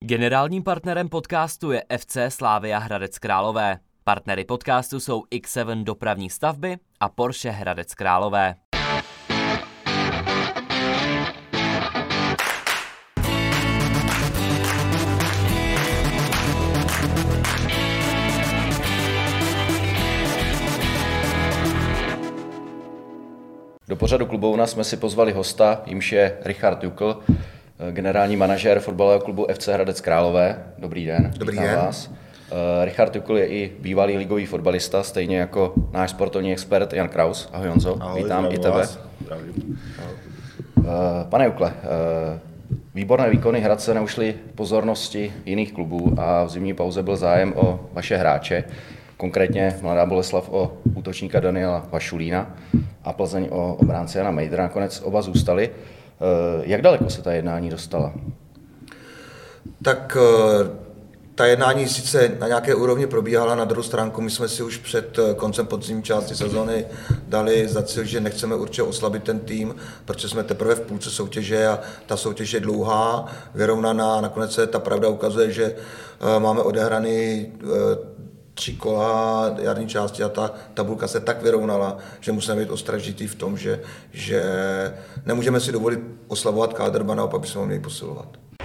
Generálním partnerem podcastu je FC Slavia Hradec Králové. Partnery podcastu jsou X7 dopravní stavby a Porsche Hradec Králové. Do pořadu Klubouna jsme si pozvali hosta, jímž je Richard Jukl, generální manažer fotbalového klubu FC Hradec Králové. Dobrý den. Dobrý den. Vás. Richard Jukl je i bývalý ligový fotbalista, stejně jako náš sportovní expert Jan Kraus. Ahoj Honzo, Ahoj, vítám i tebe. Pane Jukle, výborné výkony Hradce neušly pozornosti jiných klubů a v zimní pauze byl zájem o vaše hráče, konkrétně Mladá Boleslav o útočníka Daniela Vašulína a Plzeň o obránce Jana Mejdra. Nakonec oba zůstali. Jak daleko se ta jednání dostala? Tak ta jednání sice na nějaké úrovni probíhala, na druhou stránku my jsme si už před koncem podzimní části sezóny dali za cíl, že nechceme určitě oslabit ten tým, protože jsme teprve v půlce soutěže a ta soutěž je dlouhá, vyrovnaná, nakonec se ta pravda ukazuje, že máme odehraný 3 kola jarní části a ta tabulka se tak vyrovnala, že musíme být ostražitý v tom, že nemůžeme si dovolit oslabovat kádr, ba naopak bychom ho měli posilovat.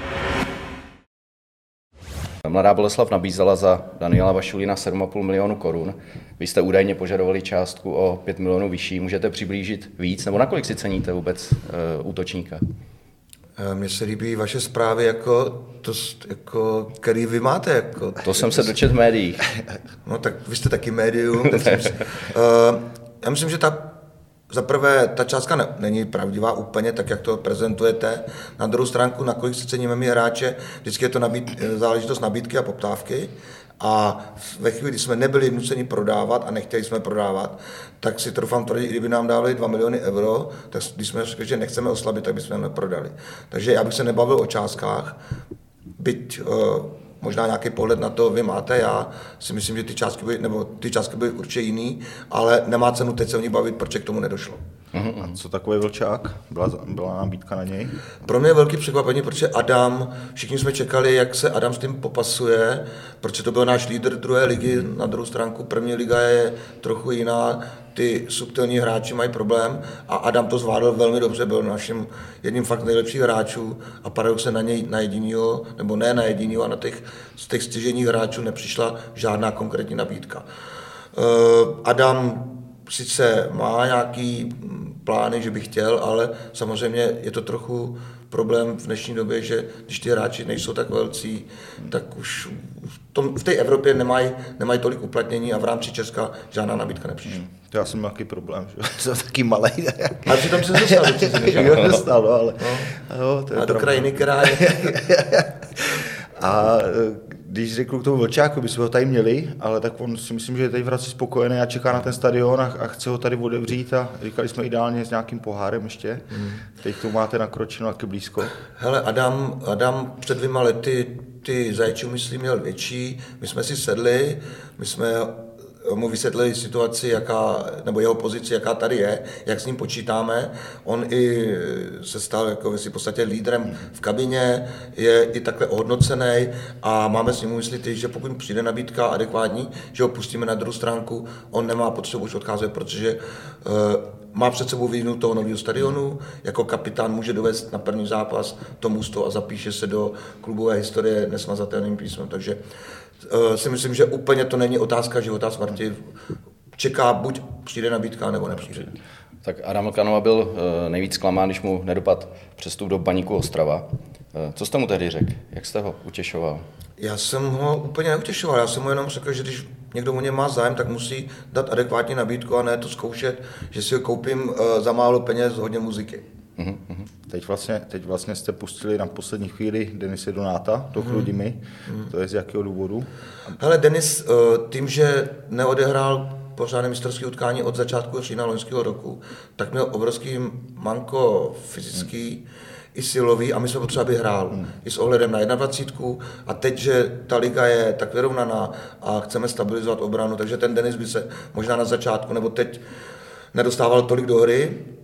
Mladá Boleslav nabízela za Daniela Vašulína 7,5 milionu korun. Vy jste údajně požadovali částku o 5 milionů vyšší. Můžete přiblížit víc? Nebo nakolik si ceníte vůbec útočníka? Mně se líbí vaše zprávy, který vy máte. To jsem se dočet v médiích. No tak vy jste taky médium. Já myslím, že za prvé ta částka není pravdivá úplně tak, jak to prezentujete. Na druhou stránku, nakolik si ceníme my hráče, vždycky je to záležitost nabídky a poptávky. A ve chvíli, kdy jsme nebyli nuceni prodávat a nechtěli jsme prodávat, tak si troufám tvrdit, i kdyby nám dávali 2 miliony euro, tak když jsme řekli, že nechceme oslabit, tak bychom neprodali. Takže já bych se nebavil o částkách, byť možná nějaký pohled na to vy máte, já si myslím, že ty částky byly určitě jiný, ale nemá cenu teď se o nich bavit, protože k tomu nedošlo. A co takový Vlčák? Byla nabídka na něj? Pro mě je velký překvapení, protože všichni jsme čekali, jak se Adam s tím popasuje, protože to byl náš lídr druhé ligy, na druhou stránku první liga je trochu jiná, ty subtilní hráči mají problém a Adam to zvládl velmi dobře, byl naším jedním fakt nejlepších hráčů a paradoxně na jedinýho, nebo ne na jedinýho, a z těch stěžejních hráčů nepřišla žádná konkrétní nabídka. Adam sice má nějaký plány, že by chtěl, ale samozřejmě je to trochu problém v dnešní době, že když ty hráči nejsou tak velcí, tak už v té Evropě nemají tolik uplatnění a v rámci Česka žádná nabídka nepřišla. To já jsem měl nějaký problém, že jsem taky malej. Ale přitom se dostal do ciziny, že? Jo, dostal, no, ale... No, a do krajiny, která je... A když řekl k tomu Vlčáku, by jsme ho tady měli, ale tak on si myslím, že je tady v Hradci spokojený a čeká na ten stadion a chce ho tady otevřít a říkali jsme ideálně s nějakým pohárem ještě. Teď to máte nakročeno taky blízko. Hele, Adam před 2 lety ty zaječí umyslí měl větší, my jsme si sedli, my jsme mu vysvětlili situaci, nebo jeho pozici, jaká tady je, jak s ním počítáme. On i se stal jako v podstatě lídrem v kabině, je i takhle ohodnocený a máme s ním umyslit, že pokud přijde nabídka adekvátní, že ho pustíme na druhou stránku, on nemá potřebu už odcházet, protože má před sebou vyvinout toho nového stadionu, jako kapitán může dovést na první zápas to mužstvo a zapíše se do klubové historie nesmazatelným písmem, takže si myslím, že úplně to není otázka života a smrti. Čeká, buď přijde nabídka, nebo nepřijde. Tak Adam Kanova byl nejvíc zklamán, když mu nedopadl přestup do Baníku Ostrava. Co jste mu tehdy řekl? Jak jste ho utěšoval? Já jsem ho úplně neutěšoval. Já jsem mu jenom řekl, že když někdo o ně má zájem, tak musí dát adekvátní nabídku a ne to zkoušet, že si ho koupím za málo peněz, hodně muziky. Teď vlastně jste pustili na poslední chvíli Denise Donáta do Chrudimi. To je z jakého důvodu? Hele, Denis tím, že neodehrál pořádné mistrovské utkání od začátku října loňského roku, tak měl obrovský manko fyzický i silový a my jsme potřeba, aby hrál. I s ohledem na 21. A teď, že ta liga je tak vyrovnaná a chceme stabilizovat obranu, takže ten Denis by se možná na začátku nebo teď nedostával tolik do hry,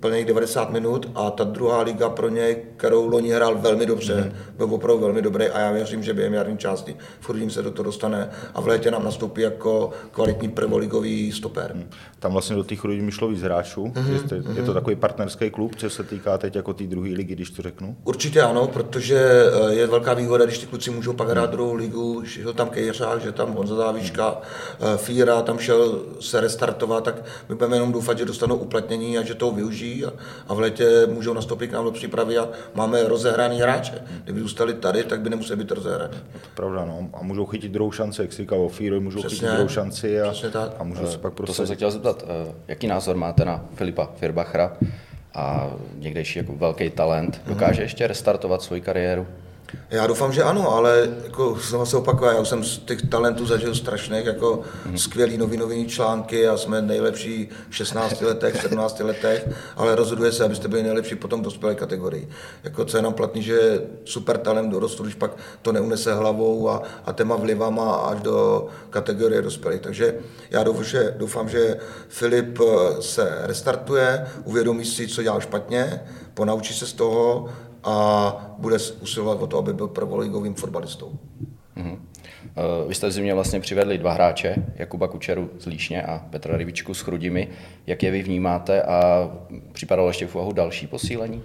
plných 90 minut a ta druhá liga pro něj, kterou loni hrál velmi dobře, byl opravdu velmi dobrý a já věřím, že během jarní části v Chrudím se do toho dostane a v létě nám nastoupí jako kvalitní prvoligový stoper. Tam vlastně do těch Chrudimi šlo víc hráčů, je to takový partnerský klub, co se týká teď jako té druhé ligy, když to řeknu? Určitě ano, protože je velká výhoda, když ty kluci můžou pak hrát druhou ligu, že tam Kejřák, že tam Honza Závička, Fíra tam šel se restartovat, tak my budeme jenom doufat, že dostanou uplatnění a že toho využijí a v létě můžou nastoupit k nám do přípravy a máme rozehraný hráče. Kdyby zůstali tady, tak by nemuseli být rozehraný. To je pravda, no. A můžou chytit druhou šanci, jak si říkal o Fírovi, můžou chytit druhou šanci a můžou se pak To jsem se chtěl zeptat, jaký názor máte na Filipa Firbachera a někdejší jako velký talent, dokáže ještě restartovat svoji kariéru? Já doufám, že ano, ale jako znovu se opakuje, já už jsem z těch talentů zažil strašných, jako skvělý novinový články a jsme nejlepší v 16 letech, 17 letech, ale rozhoduje se, abyste byli nejlepší potom v dospělé kategorii. Jako co je nám platný, že super talent dorostu, když pak to neunese hlavou a téma vlivama až do kategorie dospělých. Takže já doufám, že Filip se restartuje, uvědomí si, co dělal špatně, ponaučí se z toho a bude usilovat o to, aby byl prvoligovým fotbalistou. Vy jste v zimě vlastně přivedli 2 hráče, Jakuba Kučeru z Líšně a Petra Rybičku s Chrudimi. Jak je vy vnímáte a připadalo ještě v úvahu další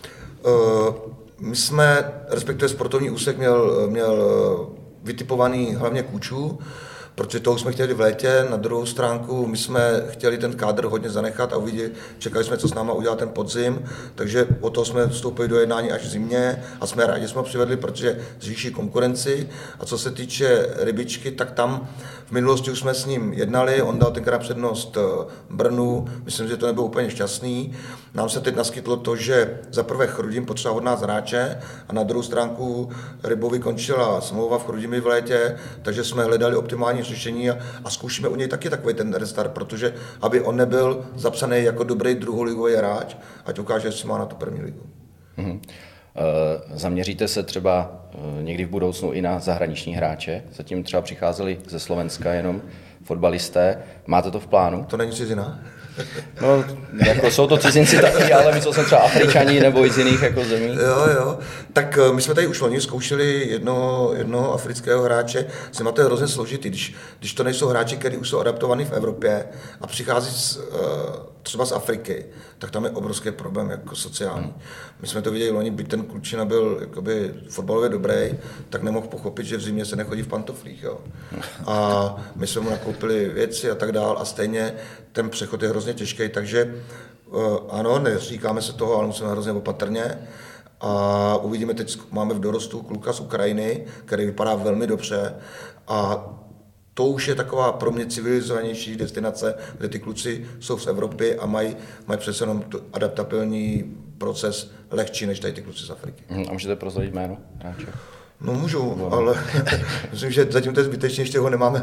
My jsme, respektive sportovní úsek měl vytipovaný hlavně Kuču, protože toho jsme chtěli v létě, na druhou stránku my jsme chtěli ten kádr hodně zanechat a čekali jsme, co s náma udělá ten podzim, takže o to jsme vstoupili do jednání až v zimě a jsme rádi, že jsme ho přivedli, protože zvýší konkurenci. A co se týče Rybičky, tak tam v minulosti už jsme s ním jednali, on dal tenkrát přednost Brnu, myslím, že to nebylo úplně šťastný. Nám se teď naskytlo to, že za prvé Chrudim potřeba od nás hráče a na druhou stránku Rybovi končila smlouva v Chrudimi v létě, takže jsme hledali optimální řešení a zkoušíme u něj taky takový ten restart, protože aby on nebyl zapsaný jako dobrý druholigový hráč, ať ukáže, jestli má na tu první ligu. Zaměříte se třeba někdy v budoucnu i na zahraniční hráče? Zatím třeba přicházeli ze Slovenska jenom fotbalisté. Máte to v plánu? To není cizina? No, jako jsou to cizinci taky, ale myslel jsem třeba Afričani nebo i z jiných jako zemí. Jo. Tak my jsme tady už loni zkoušeli jednoho afrického hráče. S nimi to je hrozně složitý, když to nejsou hráči, kteří už jsou adaptovaní v Evropě a přichází třeba z Afriky, tak tam je obrovský problém jako sociální. My jsme to viděli loni, byť ten klučina byl jakoby fotbalově dobrý, tak nemohl pochopit, že v zimě se nechodí v pantoflích. Jo. A my jsme mu nakoupili věci a tak dál a stejně ten přechod je hrozně těžký, takže ano, neříkáme se toho, ale musíme hrozně opatrně. A uvidíme, teď máme v dorostu kluka z Ukrajiny, který vypadá velmi dobře a to už je taková pro mě civilizovanější destinace, kde ty kluci jsou z Evropy a mají přece jenom adaptabilní proces lehčí než tady ty kluci z Afriky. A můžete prozradit jméno hráče? No můžu, ale myslím, že zatím to je zbytečně, ještě ho nemáme.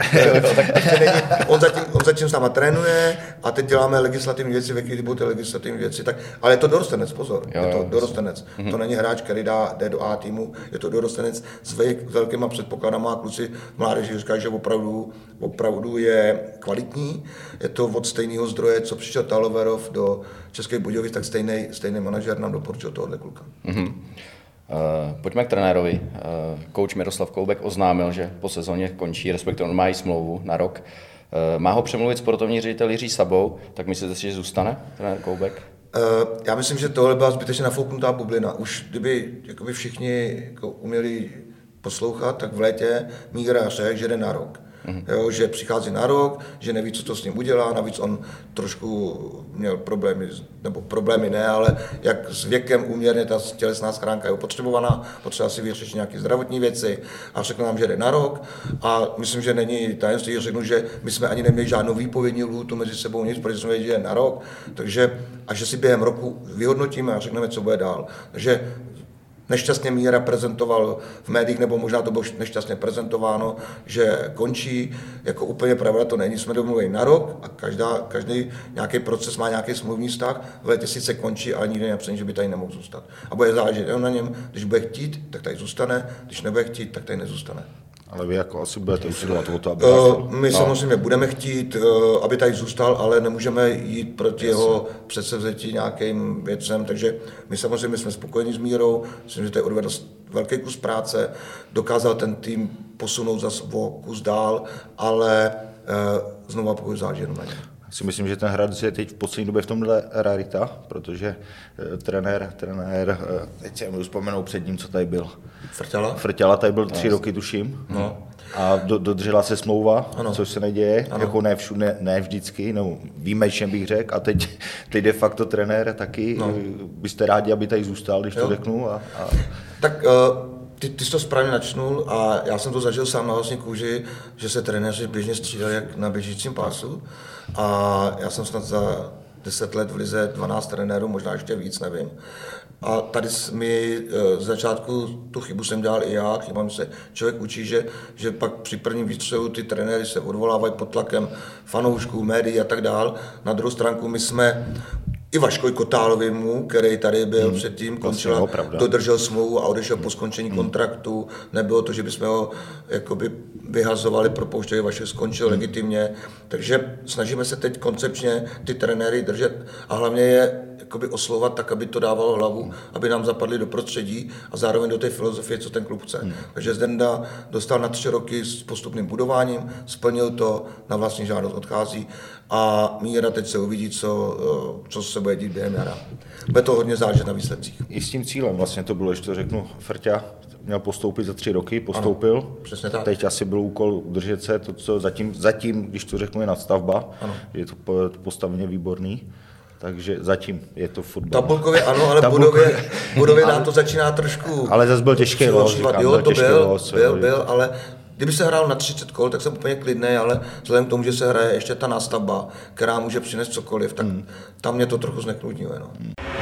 On zatím s náma trénuje a teď děláme legislativní věci, ve chvíli budou ty legislativní věci, ale je to dorostenec, pozor, je to dorostenec. To není hráč, který jde do A týmu, je to dorostenec s velkýma předpokladama a kluci mládeži říkají, že opravdu je kvalitní. Je to od stejného zdroje, co přišel Taloverov do Českých Budějovic, tak stejný manažer nám doporučil tohohle kluka. Pojďme k trenérovi. Kouč Miroslav Koubek oznámil, že po sezóně končí, respektive on má i smlouvu na rok. Má ho přemluvit sportovní ředitel Jiří Sabou, tak myslíte si, že zůstane trenér Koubek? Já myslím, že tohle byla zbytečně nafouknutá bublina. Už kdyby všichni uměli poslouchat, tak v létě Míra řekl, že jde na rok. Jo, že přichází na rok, že neví, co to s ním udělá, navíc on trošku měl problémy ne, ale jak s věkem úměrně ta tělesná schránka je opotřebovaná, potřeba si vyřešit nějaké zdravotní věci a řekl nám, že jde na rok a myslím, že není tajemství, že řeknu, že my jsme ani neměli žádnou výpovědní lhůtu mezi sebou nic, protože jsme věděli, že jde na rok, takže a že si během roku vyhodnotíme a řekneme, co bude dál. Takže nešťastně Míra prezentoval v médiích, nebo možná to bylo nešťastně prezentováno, že končí, jako úplně pravda to není, jsme domluveni na rok a každý nějaký proces má nějaký smluvní vztah, v létě sice končí, ale nikdy nepření, že by tady nemohl zůstat. A bude záležet na něm, když bude chtít, tak tady zůstane, když nebude chtít, tak tady nezůstane. Ale vy jako asi budete usilovat o to, aby... My samozřejmě budeme chtít, aby tady zůstal, ale nemůžeme jít proti jeho předsevzetí nějakým věcem, takže my samozřejmě jsme spokojeni s Mírou, myslím, že tady odvedl velký kus práce, dokázal ten tým posunout zase o kus dál, ale znovu pokud záleží jenom na něm. Si myslím, že ten Hradec je teď v poslední době v tomhle rarita, protože trenér, teď si můžu vzpomenout před ním, co tady byl. Frťala tady byl 3 roky, tuším. No. A dodržela se smlouva, což se neděje, jako ne vždycky, no výjimečně bych řekl. A teď de facto trenér taky, byste rádi, aby tady zůstal, když to řeknu. Tak ty jsi to správně načnul a já jsem to zažil sám na vlastní kůži, že se trenéři běžně střídali jak na běžícím pásu. A já jsem snad za 10 let v lize 12 trenérů, možná ještě víc, nevím. A tady mi z začátku tu chybu jsem dělal i já, chybám se člověk učí, že pak při prvním výstřelu ty trenéry se odvolávají pod tlakem fanoušků, médií a tak dál. Na druhou stránku my jsme i Vaškovi Kotálovému, který tady byl předtím, dodržel smlouvu a odešel po skončení kontraktu. Nebylo to, že bychom ho jakoby vyhazovali, propouštěli, Vašek skončil legitimně. Takže snažíme se teď koncepčně ty trenéry držet a hlavně je jakoby oslovat tak, aby to dávalo hlavu, aby nám zapadli do prostředí a zároveň do té filozofie, co ten klub chce. Takže Zdenda dostal na 3 roky s postupným budováním, splnil to, na vlastní žádost odchází a Míra teď se uvidí, co se bude dít během jara. Bude to hodně záležet na výsledcích. I s tím cílem vlastně to bylo, když to řeknu, Frťa měl postoupit za 3 roky, postoupil. Ano, přesně tak. Teď asi byl úkol udržet se, to, co zatím, když to řeknu, je nadstavba, je to postavení výborný. Takže zatím je to fotbal. Tabulkově ano, ale budově nám to začíná trošku... Ale zase byl těžký los, byl, ale kdyby se hrál na 30 kol, tak jsem úplně klidný, ale vzhledem k tomu, že se hraje ještě ta nástavba, která může přinést cokoliv, tak tam mě to trochu zneklidňuje. No.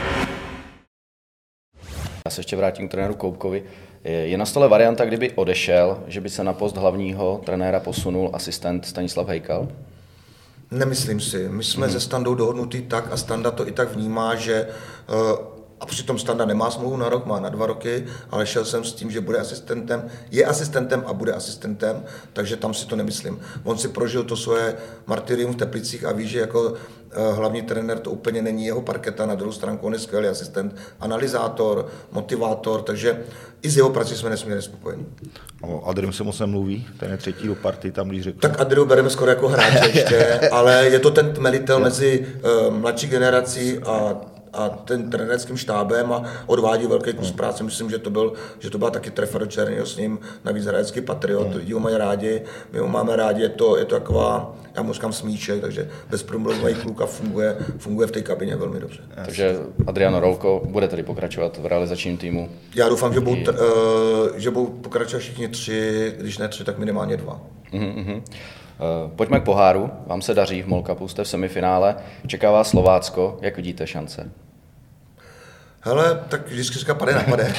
Já se ještě vrátím k trenéru Koubkovi. Je na stole varianta, kdyby odešel, že by se na post hlavního trenéra posunul asistent Stanislav Hejkal? Nemyslím si. My jsme se Standou dohodnutý tak a Standa to i tak vnímá, že a přitom Standa nemá smlouvu na rok, má na 2 roky, ale šel jsem s tím, že bude asistentem, je asistentem a bude asistentem, takže tam si to nemyslím. On si prožil to svoje martyrium v Teplicích a ví, že jako hlavní trenér to úplně není jeho parketa, na druhou stránku on je skvělý asistent, analyzátor, motivátor, takže i z jeho prací jsme nesmírně spokojení. O Adriu se moc nemluví, ten je 3. do party, tam když řekl. Tak Adriu bereme skoro jako hráče ještě, ale je to ten tmelitel mezi mladší generací a ten trenérským štábem a odvádí velký kus práce. Myslím, že to byla taky trefa do černého s ním, navíc hradecký patriot, lidi ho mají rádi, my ho máme rádi, je to taková, já mu říkám smíček, takže bezproblémový kluk a funguje v té kabině velmi dobře. Takže Adriano Rolko bude tady pokračovat v realizačním týmu? Já doufám, že budou pokračovat všichni 3, když ne 3, tak minimálně 2. Pojďme k poháru. Vám se daří v MOL Cupu, jste v semifinále. Čeká vás Slovácko. Jak vidíte šance? Hele, tak vždycky říká pade na pade.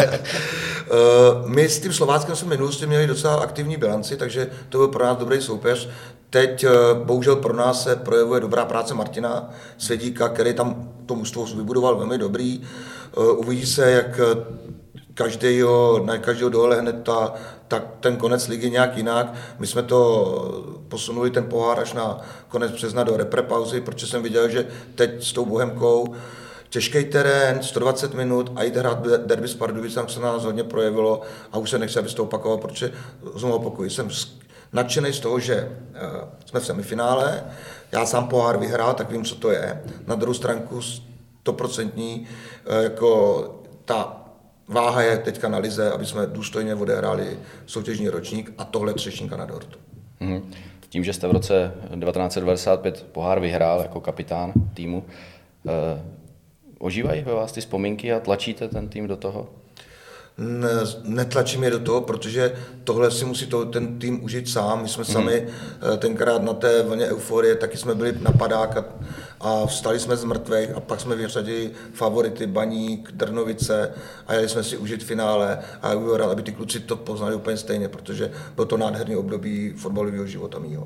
My s tím Slováckem jsme v minulosti měli docela aktivní bilanci, takže to byl pro nás dobrý soupeř. Teď bohužel pro nás se projevuje dobrá práce Martina Svědíka, který tam to mužstvo vybudoval velmi dobrý. Uvidí se, jak na každého dolehne tak ten konec ligy nějak jinak. My jsme to posunuli ten pohár až na konec března do reprepauzy, protože jsem viděl, že teď s tou Bohemkou těžký terén, 120 minut a jít hrát derby s Pardubicem, se nás hodně projevilo a už se nechci, aby se to opakovalo, protože znovu opakuju, jsem nadšený z toho, že jsme v semifinále, já sám pohár vyhrál, tak vím, co to je. Na druhou stránku 100% jako ta váha je teďka na lize, aby jsme důstojně odehráli soutěžní ročník a tohle třešníka na dortu. Tím, že jste v roce 1995 pohár vyhrál jako kapitán týmu, ožívají ve vás ty vzpomínky a tlačíte ten tým do toho? Netlačím je do toho, protože tohle si musí ten tým užít sám. My jsme sami tenkrát na té vlně euforie, taky jsme byli na padák a vstali jsme z mrtvých a pak jsme vyřadili favority Baník, Drnovice a jeli jsme si užít finále a já bych rád, aby ty kluci to poznali úplně stejně, protože bylo to nádherný období fotbalového života mýho.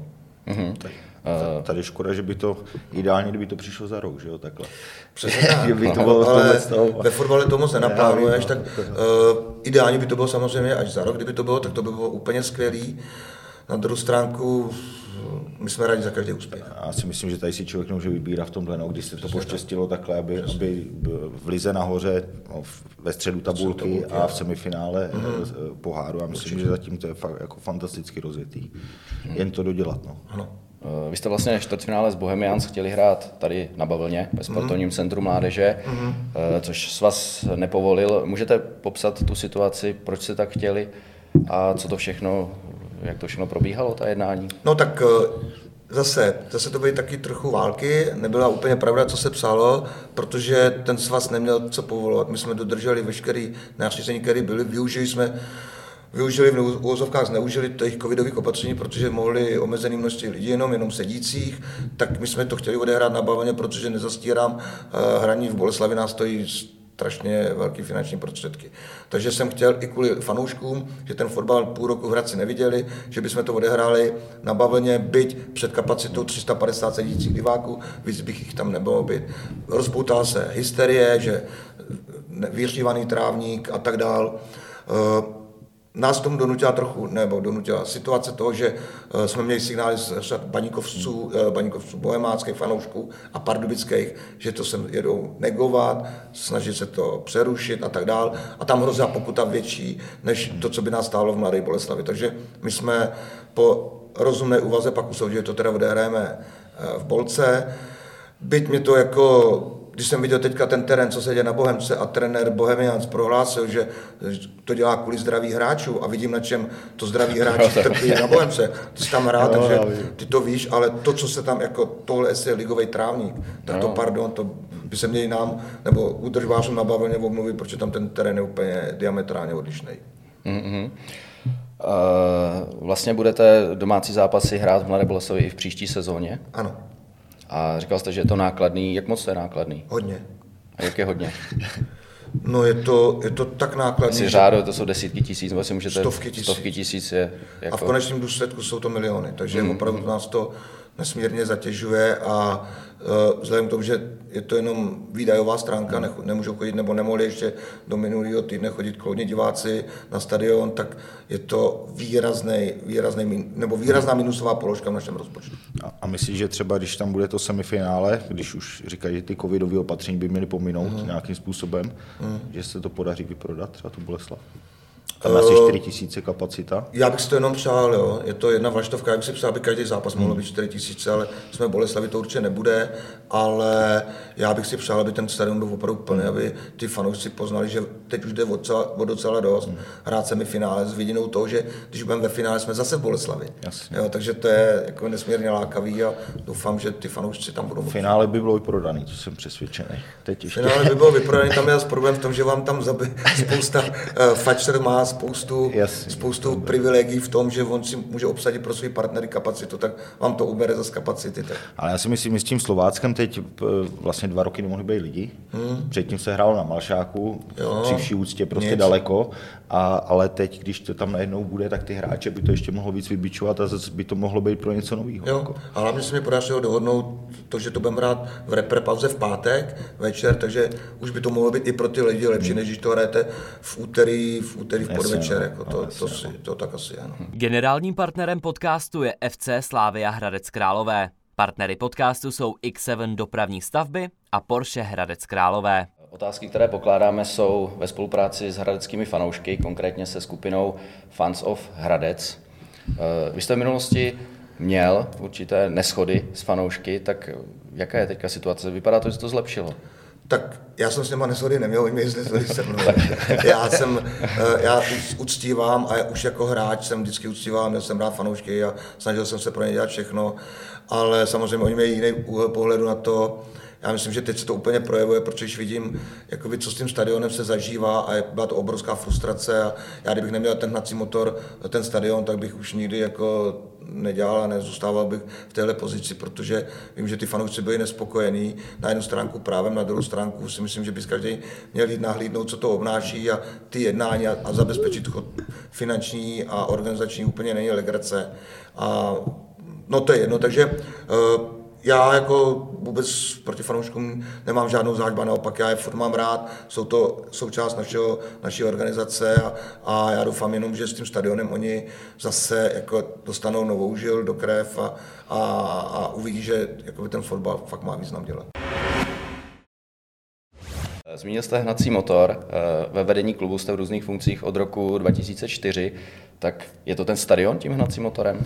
Tady škoda, že by to ideálně, kdyby to přišlo za rok, že jo, takhle. Přesně tak, Kdyby to bylo ale ve fotbale to moc nenaplánuješ, tak ideálně by to bylo samozřejmě až za rok, kdyby to bylo, tak to by bylo úplně skvělý. Na druhou stránku my jsme rádi za každý úspěch. Já si myslím, že tady si člověk může vybírat v tomhle, když se to poštěstilo takhle, aby v lize nahoře, ve středu tabulky a v semifinále poháru. Já myslím, že zatím to je fakt jako fantasticky rozjetý. Jen to dodělat. No. Ano. Vy jste vlastně čtvrtfinále s Bohemians chtěli hrát tady na Bavlně, ve sportovním centru mládeže, což s vás nepovolil. Můžete popsat tu situaci, proč jste tak chtěli a co to všechno, jak to všechno probíhalo, ta jednání? No tak zase to byly taky trochu války, nebyla úplně pravda, co se psalo, protože ten svaz neměl co povolovat. My jsme dodrželi veškeré nařízení, které byly, využili v uvozovkách, zneužili těch covidových opatření, protože mohli omezený množství lidí, jenom sedících, tak my jsme to chtěli odehrát na Bavlně, protože nezastírám, hraní v Boleslavi nás stojí strašně velké finanční prostředky. Takže jsem chtěl i kvůli fanouškům, že ten fotbal půl roku v Hradci neviděli, že bychom to odehráli na Bavlně, byť před kapacitou 350 sedících diváků, víc bych jich tam nebylo být. Rozpoutala se hysterie, že vyhřívaný trávník a tak dál. Nás tomu donutila situace toho, že jsme měli signály z řad baníkovců bohemáckých fanoušků a pardubických, že to sem jedou negovat, snažit se to přerušit a tak dál. A tam hrozila pokuta větší, než to, co by nás stálo v Mladé Boleslavi. Takže my jsme po rozumné úvaze pak usoudili, že to teda odehrajeme v Bolce. Byť mě to jako... Když jsem viděl teďka ten terén, co se děje na Bohemce a trenér Bohemians prohlásil, že to dělá kvůli zdraví hráčů a vidím, na čem to zdraví hráči trpí na Bohemce. Ty jsi tam hrál, takže ty to víš, ale to, co se tam, jako tohle je ligový trávník, tak to by se měli nám, nebo údržbářům na Bavlně omluvit, protože tam ten terén je úplně diametrálně odlišný. Vlastně budete domácí zápasy hrát v Mladé Boleslavi i v příští sezóně? Ano. A říkal jste, že je to nákladný. Jak moc to je nákladný? Hodně. A jak je hodně? No je to tak nákladný. Asi řádu, to jsou desítky tisíc, nebo si můžete... Stovky tisíc je jako... A v konečném důsledku jsou to miliony, takže opravdu nás to nesmírně zatěžuje a vzhledem k tomu, že je to jenom výdajová stránka, nemůžou chodit nebo nemohli ještě do minulého týdne chodit kloudní diváci na stadion, tak je to výrazná minusová položka v našem rozpočtu. A myslíš, že třeba když tam bude to semifinále, když už říkají, že ty covidové opatření by měly pominout nějakým způsobem, že se to podaří vyprodat, třeba tu Boleslav? Tam asi 4 000 kapacita. Já bych si to jenom přál, jo. Je to jedna vlaštovka, já bych si přál, aby každý zápas mohl být 4 000, ale jsme Boleslavi, to určitě nebude, ale já bych si přál, aby ten stadion byl opravdu plný, aby ty fanoušci poznali, že teď už jde o docela dost hrát semifinále s vidinou toho, že když budeme ve finále, jsme zase v Boleslavi. Jo, takže to je jako nesmírně lákavý a doufám, že ty fanoušci tam budou. Finále by bylo vyprodaný, to jsem přesvědčený. Finále by bylo vyprodaný, tam je problém v tom, že vám tam spousta fačer má spoustu privilegií v tom, že on si může obsadit pro svý partnery kapacitu, tak vám to ubere zase kapacity. Tak. Ale já si myslím, že s tím Slováckem teď vlastně 2 roky nemohli být lidi. Předtím se hrálo na Malšáku, při vší úctě prostě daleko, ale teď, když to tam najednou bude, tak ty hráče by to ještě mohlo víc vybičovat a zase by to mohlo být pro něco nového. Jo, a hlavně se mi podařilo dohodnout to, že to budeme hrát v reprepauze v pátek večer, takže už by to mohlo být i pro ty lidi lepší, než když to hrajete v úterý v podvečer. Jako to tak asi ano. Generálním partnerem podcastu je FC Slavia Hradec Králové. Partnery podcastu jsou X7 dopravní stavby a Porsche Hradec Králové. Otázky, které pokládáme, jsou ve spolupráci s hradeckými fanoušky, konkrétně se skupinou Fans of Hradec. Vy jste v minulosti měl určité neshody s fanoušky, tak jaká je teďka situace? Vypadá to, že se to zlepšilo? Tak já jsem s něma neshody neměl, oni neshody se mnou. Já uctívám a už jako hráč jsem vždycky uctíval, měl jsem rád fanoušky a snažil jsem se pro ně dělat všechno, ale samozřejmě oni mají jiný úhel pohledu na to. Já myslím, že teď se to úplně projevuje, protože když vidím, jakoby, co s tím stadionem se zažívá a byla to obrovská frustrace a já kdybych neměl ten hnací motor, ten stadion, tak bych už nikdy jako nedělal a nezůstával bych v téhle pozici, protože vím, že ty fanoušci byli nespokojení. Na jednu stránku právem, na druhou stránku si myslím, že by každý měl jít nahlídnout, co to obnáší a ty jednání a zabezpečit chod finanční a organizační úplně není legrace. No to je jedno, takže já jako vůbec proti fanouškům nemám žádnou zážbu, naopak já je furt mám rád, jsou to součást naší organizace a já doufám jenom, že s tím stadionem oni zase jako dostanou novou žil do krev a uvidí, že jakoby ten fotbal fakt má význam dělat. Zmínil jste hnací motor, ve vedení klubu jste v různých funkcích od roku 2004, tak je to ten stadion tím hnacím motorem?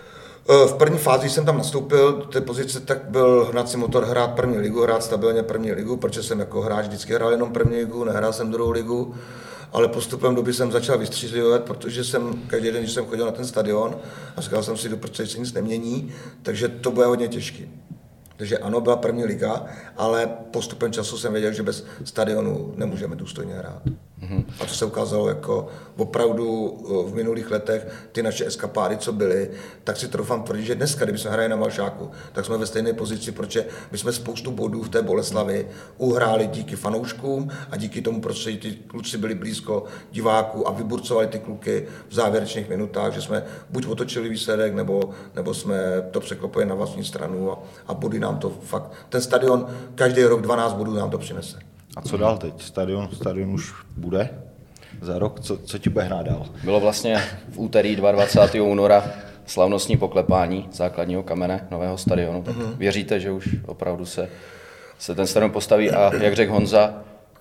V první fázi, když jsem tam nastoupil do té pozice, tak byl hnací motor hrát první ligu, hrát stabilně první ligu, protože jsem jako hráč vždycky hrál jenom první ligu, nehrál jsem druhou ligu, ale postupem doby jsem začal vystřízlivat, protože jsem každý den, když jsem chodil na ten stadion a říkal jsem si, protože se nic nemění, takže to bude hodně těžké. Takže ano, byla první liga, ale postupem času jsem věděl, že bez stadionu nemůžeme důstojně hrát. A to se ukázalo jako opravdu v minulých letech ty naše eskapády, co byly, tak si troufám tvrdit, že dneska, kdybychom hráli na Valšáku, tak jsme ve stejné pozici, protože my jsme spoustu bodů v té Boleslavi uhráli díky fanouškům a díky tomu prostředí ty kluci byli blízko diváků a vyburcovali ty kluky v závěrečných minutách, že jsme buď otočili výsledek, nebo jsme to překlopili na vlastní stranu a body nám to fakt, ten stadion každý rok 12 bodů nám to přinese. A co dál teď? Stadion už bude za rok? Co ti bude hrát dál? Bylo vlastně v úterý 22. února slavnostní poklepání základního kamene nového stadionu. Tak věříte, že už opravdu se ten stadion postaví a jak řekl Honza,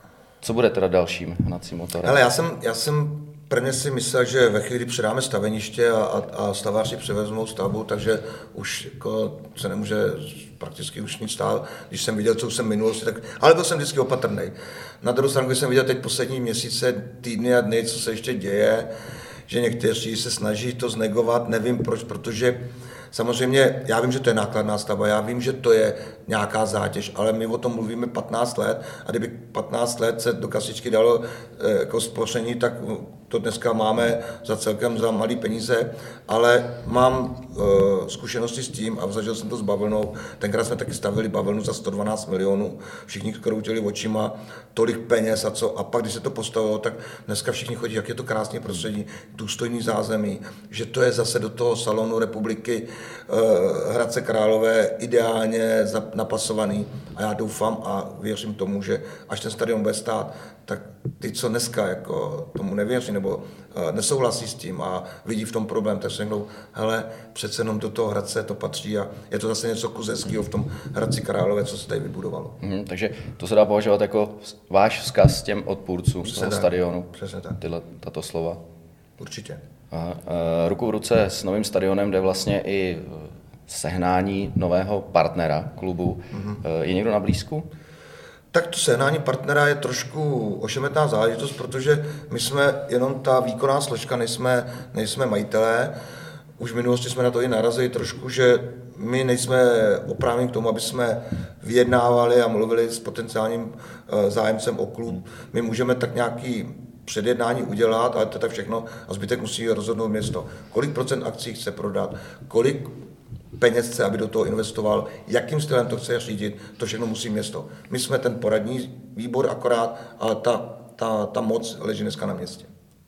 co bude teda dalším hnacím motorem? Hele, já jsem prvně si myslel, že ve chvíli, kdy předáme staveniště a staváři převezmou stavbu, takže už jako se nemůže prakticky už nic stát. Když jsem viděl, co už jsem v minulosti, ale byl jsem vždycky opatrný. Na druhou stranu, když jsem viděl teď poslední měsíce, týdny a dny, co se ještě děje, že někteří se snaží to znegovat, nevím proč, protože samozřejmě, já vím, že to je nákladná stavba, já vím, že to je nějaká zátěž, ale my o tom mluvíme 15 let a kdyby 15 let se do kasičky dalo jako splošení, tak to dneska máme za malý peníze, ale mám zkušenosti s tím a zažil jsem to s bavlnou. Tenkrát jsme taky stavili bavlnu za 112 milionů, všichni kroutili očima, tolik peněz a co. A pak, když se to postavilo, tak dneska všichni chodí, jak je to krásné prostředí, důstojný zázemí, že to je zase do toho salonu republiky Hradce Králové ideálně napasovaný. A já doufám a věřím tomu, že až ten stadion bude stát, tak ty, co dneska jako tomu nevěří nebo nesouhlasí s tím a vidí v tom problém, tak se řeknou, hele, přece jenom do toho Hradce to patří a je to zase něco kuzeckého v tom Hradci Králové, co se tady vybudovalo. Takže to se dá považovat jako váš vzkaz těm odpůrcům z toho stadionu. Přesně tak. Tato slova. Určitě. Ruku v ruce s novým stadionem jde vlastně i sehnání nového partnera klubu. Je někdo na blízku? Tak to sehnání partnera je trošku ošemetná záležitost, protože my jsme jenom ta výkonná složka, nejsme majitelé. Už v minulosti jsme na to i narazili trošku, že my nejsme oprávněni k tomu, aby jsme vyjednávali a mluvili s potenciálním zájemcem o klub. My můžeme tak nějaký předjednání udělat, ale to je tak všechno a zbytek musí rozhodnout město. Kolik procent akcí chce prodat, kolik peněz chce, aby do toho investoval, jakým stylem to chce řídit, to všechno musí město. My jsme ten poradní výbor akorát, ale ta moc leží dneska na městě.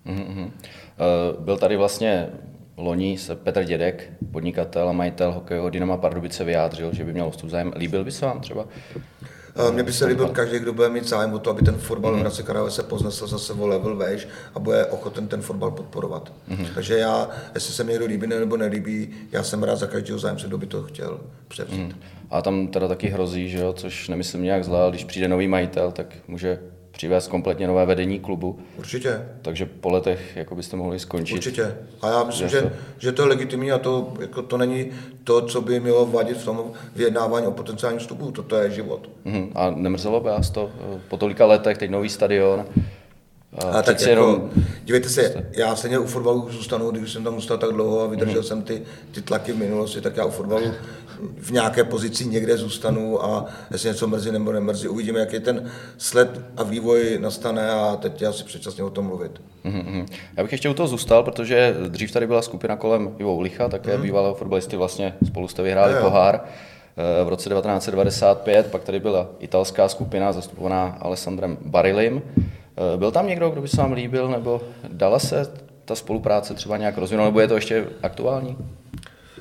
Byl tady vlastně loni se Petr Dědek, podnikatel a majitel hokejového Dynama Pardubice, vyjádřil, že by měl vstup zájem. Líbil by se vám třeba? Mně by se líbil každý, kdo bude mít zájem o to, aby ten fotbal v Hradci Králové se poznesl zase o level vejš a bude ochoten ten fotbal podporovat. Takže já, jestli se mi někdo líbí nebo nelíbí, já jsem rád za každého zájemce, kdo by to chtěl převzít. A tam teda taky hrozí, že jo, což nemyslím nějak zlé, když přijde nový majitel, tak může přivést kompletně nové vedení klubu. Určitě. Takže po letech jako byste mohli skončit. Určitě. A já myslím, že to je legitimní a to není to, co by mělo vadit v tom vyjednávání o potenciálním vstupu. Toto je život. A nemrzelo by vás to po tolika letech, teď nový stadion? A tak jako, dívejte se, já stejně u fotbalu zůstanu, když jsem tam zůstal tak dlouho a vydržel jsem ty tlaky v minulosti, tak já u fotbalu v nějaké pozici někde zůstanu a jestli něco mrzí nebo nemrzí, uvidíme, jaký ten sled a vývoj nastane a teď je asi předčasně o tom mluvit. Já bych ještě u toho zůstal, protože dřív tady byla skupina kolem Ivo Ulicha, také bývalého fotbalisty, vlastně spolu jste vyhráli pohár v roce 1995, pak tady byla italská skupina zastupovaná Alessandrem Barilim. Byl tam někdo, kdo by se vám líbil, nebo dala se ta spolupráce třeba nějak rozvinout, nebo je to ještě aktuální?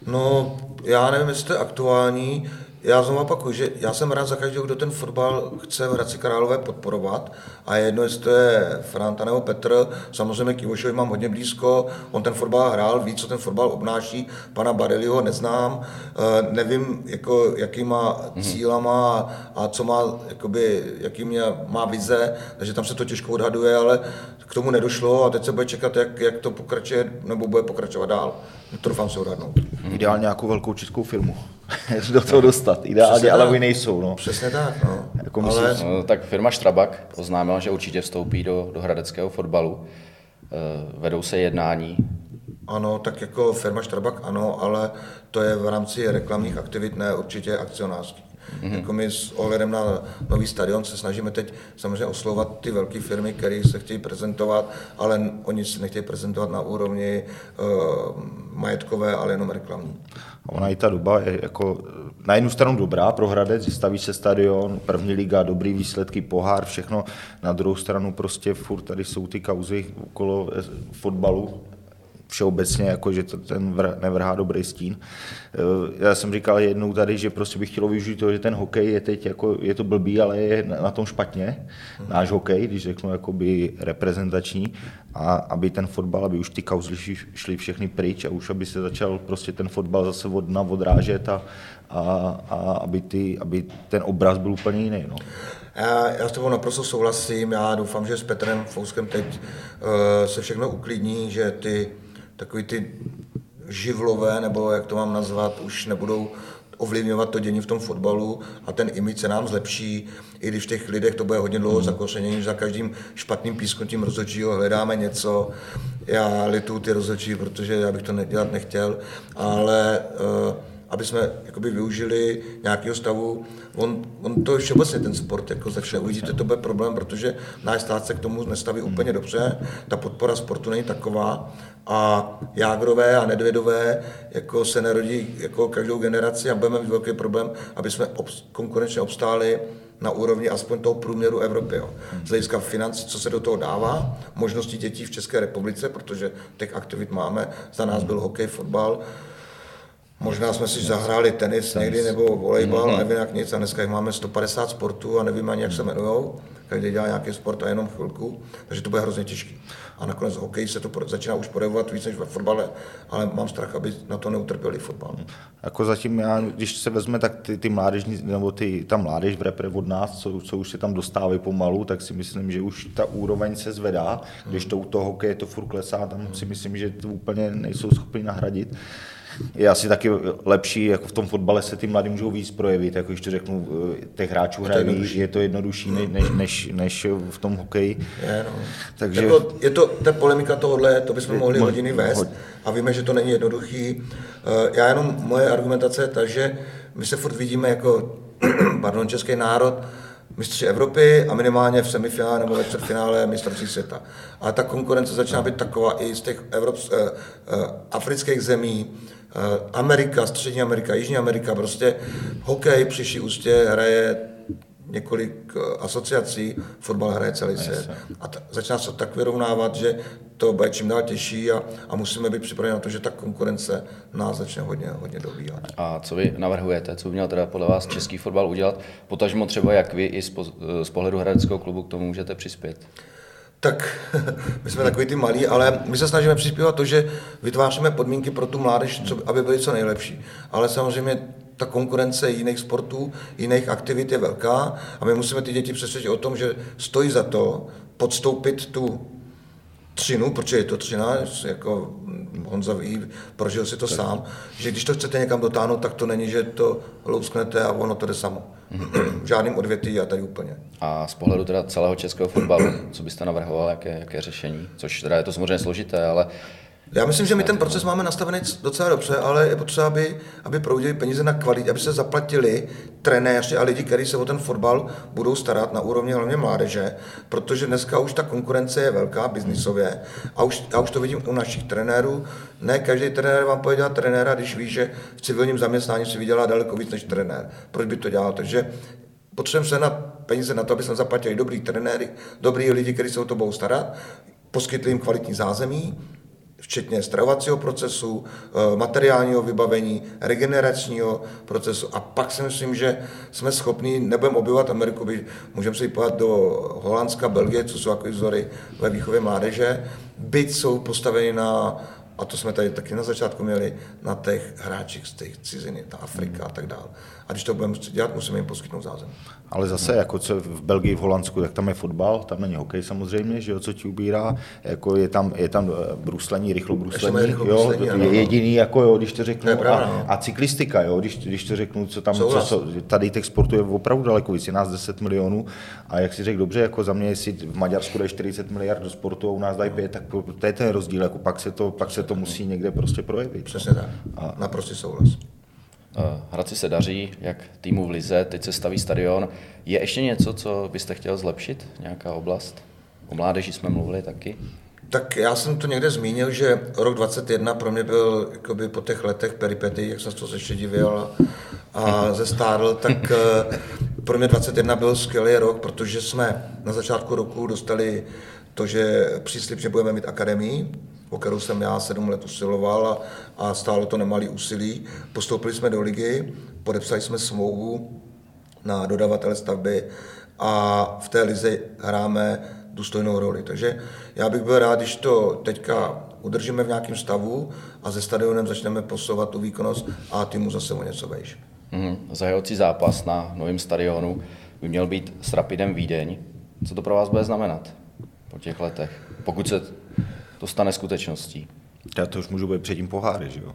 No, já nevím, jestli to je aktuální. Já znovu opakuju, že já jsem rád za každého, kdo ten fotbal chce v Hradci Králové podporovat. A je jedno, jestli to je Franta nebo Petr. Samozřejmě k Ivošovi mám hodně blízko. On ten fotbal hrál, ví, co ten fotbal obnáší. Pana Bareliho neznám. Nevím, jako, jakýma cílama a co má, jakoby, jaký má vize. Takže tam se to těžko odhaduje, ale k tomu nedošlo a teď se bude čekat, jak to pokračuje nebo bude pokračovat dál. Doufám se odhadnout. Ideálně nějakou velkou českou firmu do toho dostat. Ideálně, ale oni nejsou. No. Přesně tak. No. Jako ale... No, tak firma Strabag oznámila, že určitě vstoupí do hradeckého fotbalu. Vedou se jednání. Ano, tak jako firma Strabag ano, ale to je v rámci reklamních aktivit, ne určitě akcionářských. Jako my s ohledem na nový stadion se snažíme teď samozřejmě oslovovat ty velké firmy, které se chtějí prezentovat, ale oni se nechtějí prezentovat na úrovni majetkové, ale jenom reklamní. Ona i ta doba je jako na jednu stranu dobrá pro Hradec, že staví se stadion, první liga, dobrý výsledky, pohár, všechno. Na druhou stranu prostě furt tady jsou ty kauzy okolo fotbalu, všeobecně, jako, že to ten nevrhá dobrý stín. Já jsem říkal jednou tady, že prostě bych chtěl využít to, že ten hokej je teď, jako, je to blbý, ale je na tom špatně, náš hokej, když řeknu jakoby reprezentační, a aby ten fotbal, aby už ty kauzy šly všechny pryč a už aby se začal prostě ten fotbal zase odrážet a aby ten obraz byl úplně jiný. No. Já s tebou naprosto souhlasím, já doufám, že s Petrem Fouskem teď se všechno uklidní, že takový ty živlové, nebo jak to mám nazvat, už nebudou ovlivňovat to dění v tom fotbalu a ten image se nám zlepší, i když v těch lidech to bude hodně dlouho zakořenění, že za každým špatným písknutím rozhodčího hledáme něco. Já lituju ty rozhodčí, protože já bych to dělat nechtěl, ale aby jsme jakoby využili nějakého stavu. On to je všeobecně ten sport, jako začne, uvidíte, to bude problém, protože náš stát se k tomu nestaví úplně dobře, ta podpora sportu není taková a Jágrové a Nedvědové jako se narodí jako každou generaci a budeme mít velký problém, aby jsme konkurenčně obstáli na úrovni aspoň toho průměru Evropy. Jo. Z hlediska financí, co se do toho dává, možností dětí v České republice, protože těch aktivit máme, za nás byl hokej, fotbal, možná jsme si zahráli tenis někdy nebo volejbal, nevím jak nic, a dneska jich máme 150 sportů a nevím ani jak se jmenujou, každý dělá nějaký sport a jenom chvilku, takže to bude hrozně těžký. A nakonec hokej se to začíná už projevovat víc než ve fotbale, ale mám strach, aby na to neutrpěli fotbal. Jako zatím, když se vezme, tak ty mládežní, nebo ta mládež v repre od nás, co už se tam dostávají pomalu, tak si myslím, že už ta úroveň se zvedá, když to u toho hokeje to furt klesá, tam si myslím, že to úplně nejsou schopni nahradit. Je asi taky lepší, jako v tom fotbale se ty mladí můžou víc projevit, jako když to řeknu, těch hráčů hrají, je to jednodušší než v tom hokeji. Takže... Jako je to, ta polemika tohohle, to bychom mohli hodiny vést a víme, že to není jednoduchý. Já jenom, moje argumentace je ta, že my se furt vidíme jako český národ, mistři Evropy a minimálně v semifinále nebo ve čtvrtfinále mistrovství světa. A ta konkurence začíná být taková i z těch afrických zemí, Amerika, Střední Amerika, Jižní Amerika, prostě hokej při vší úctě hraje několik asociací, fotbal hraje celý svět. A začíná se tak vyrovnávat, že to bude čím dál těžší a musíme být připraveni na to, že ta konkurence nás začne hodně dobíhat. A co vy navrhujete, co by měl teda podle vás český fotbal udělat? Potažmo třeba, jak vy i z pohledu hradeckého klubu k tomu můžete přispět? Tak my jsme takový ty malí, ale my se snažíme přispívat to, že vytváříme podmínky pro tu mládež, aby byly co nejlepší. Ale samozřejmě ta konkurence jiných sportů, jiných aktivit je velká a my musíme ty děti přesvědčit o tom, že stojí za to podstoupit tu třinu, protože je to třina, jako Honza ví, prožil si to sám, že když to chcete někam dotáhnout, tak to není, že to lousknete a ono to jde samo. V žádným odvětví a tady úplně. A z pohledu teda celého českého fotbalu, co byste navrhoval, jaké řešení? Což teda je to samozřejmě složité, ale... Já myslím, že my ten proces máme nastavený docela dobře, ale je potřeba, aby proudili peníze na kvalitě, aby se zaplatili trenéři a lidi, kteří se o ten fotbal budou starat na úrovni hlavně mládeže, protože dneska už ta konkurence je velká biznisově a už to vidím u našich trenérů. Ne každý trenér vám půjde dělat trenéra, když ví, že v civilním zaměstnání si vydělá daleko víc než trenér. Proč by to dělal? Takže potřebujeme se na peníze na to, aby jsme zaplatili dobrý trenéry, dobrý lidi, kteří se o to budou starat, poskytli jim kvalitní zázemí, včetně stravovacího procesu, materiálního vybavení, regeneračního procesu a pak si myslím, že jsme schopni, nebudeme objevovat Ameriku, můžeme se jít do Holandska, Belgie, co jsou jako vzory ve výchově mládeže, byť jsou postaveni na, a to jsme tady taky na začátku měli, na těch hráčích z těch ciziny, ta Afrika a tak dále. A když to budeme dělat, musíme jim poskytnout zázemí. Ale zase, jako co v Belgii, v Holandsku, tak tam je fotbal, tam není hokej samozřejmě, že jo, co ti ubírá, jako je tam bruslení, rychlobruslení, jo, je jediný, jako jo, když to řeknu, a cyklistika, jo, když to řeknu, co tam, tady těch sportů je opravdu daleko víc, je nás 10 milionů a jak si řekl dobře, jako za mě, jestli v Maďarsku dají 40 miliard do sportu a u nás dají 5, tak to je ten rozdíl, jako pak se to musí někde prostě projevit. Přesně tak, naprostý souhlas. Hradci se daří, jak týmu v lize, teď se staví stadion. Je ještě něco, co byste chtěl zlepšit? Nějaká oblast? O mládeži jsme mluvili taky. Tak já jsem to někde zmínil, že rok 2021 pro mě byl jakoby po těch letech peripety, jak jsem to ještě divil a zestárl, tak pro mě 2021 byl skvělý rok, protože jsme na začátku roku dostali to, že příslib, že budeme mít akademii, o kterou jsem já 7 let usiloval a stálo to nemalý úsilí. Postoupili jsme do ligy, podepsali jsme smlouvu na dodavatele stavby a v té lize hráme důstojnou roli. Takže já bych byl rád, když to teďka udržíme v nějakém stavu a se stadionem začneme posouvat tu výkonnost a týmu zase o něco vejš. Zahajovací zápas na novém stadionu by měl být s Rapidem Vídeň. Co to pro vás bude znamenat po těch letech, pokud se to stane skutečností? Já to už můžu být předtím poháry, že jo?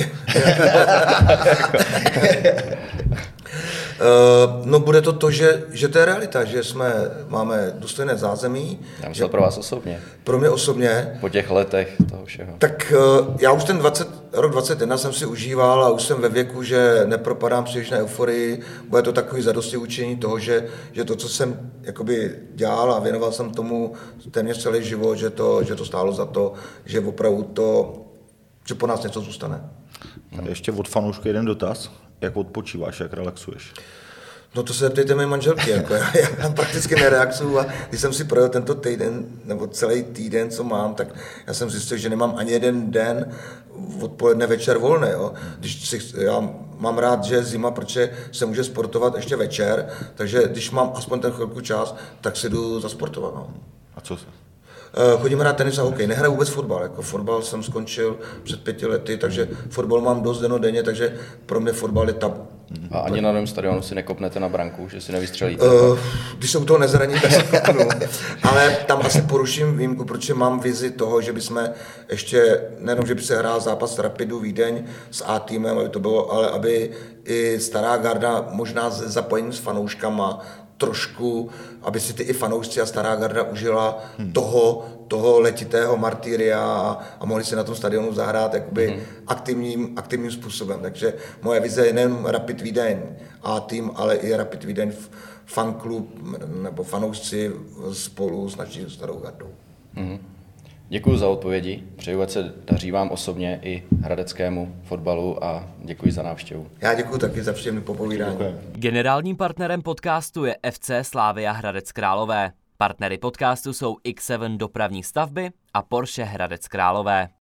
No bude to, že to je realita, že máme důstojné zázemí. Já myslel pro vás osobně. Pro mě osobně. Po těch letech toho všeho. Tak já už ten rok 2021 jsem si užíval a už jsem ve věku, že nepropadám příliš na euforii. Bude to takový zadostiučinění toho, že to, co jsem jakoby dělal a věnoval jsem tomu téměř celý život, že to stálo za to, že opravdu že po nás něco zůstane. A ještě od fanoušky jeden dotaz. Jak odpočíváš, jak relaxuješ? No to se zeptejte mé manželky, jako já prakticky nereaxuju a když jsem si projel tento týden, nebo celý týden, co mám, tak já jsem zjistil, že nemám ani jeden den odpoledne večer volný. Jo. Já mám rád, že je zima, protože se může sportovat ještě večer, takže když mám aspoň ten chvilku čas, tak si jdu zasportovat. No. A co se? Chodím hrát tenis a hokej, nehraju vůbec fotbal, jako fotbal jsem skončil před 5 lety, takže fotbal mám dost dennodenně, takže pro mě fotbal je tabu. A ani na novém stadionu si nekopnete na branku, že si nevystřelíte? Když se u toho nezraní, tak si kopnu, ale tam asi poruším výjimku, protože mám vizi toho, že bychom ještě, nejenom, že by se hrál zápas Rapidu Vídeň s A týmem, aby to bylo, ale aby i stará garda možná s zapojením s fanouškama, trošku, aby si ty i fanoušci a stará garda užila toho letitého martyria a mohli si na tom stadionu zahrát jakoby aktivním způsobem. Takže moje vize je nejen Rapid Vídeň a tým, ale i Rapid Vídeň fanklub nebo fanoušci spolu s naší starou gardou. Děkuji za odpovědi, přeju, ať se daří vám osobně i hradeckému fotbalu a děkuji za návštěvu. Já děkuji taky za příjemné popovídání. Generálním partnerem podcastu je FC Slavia Hradec Králové. Partnery podcastu jsou X7 dopravní stavby a Porsche Hradec Králové.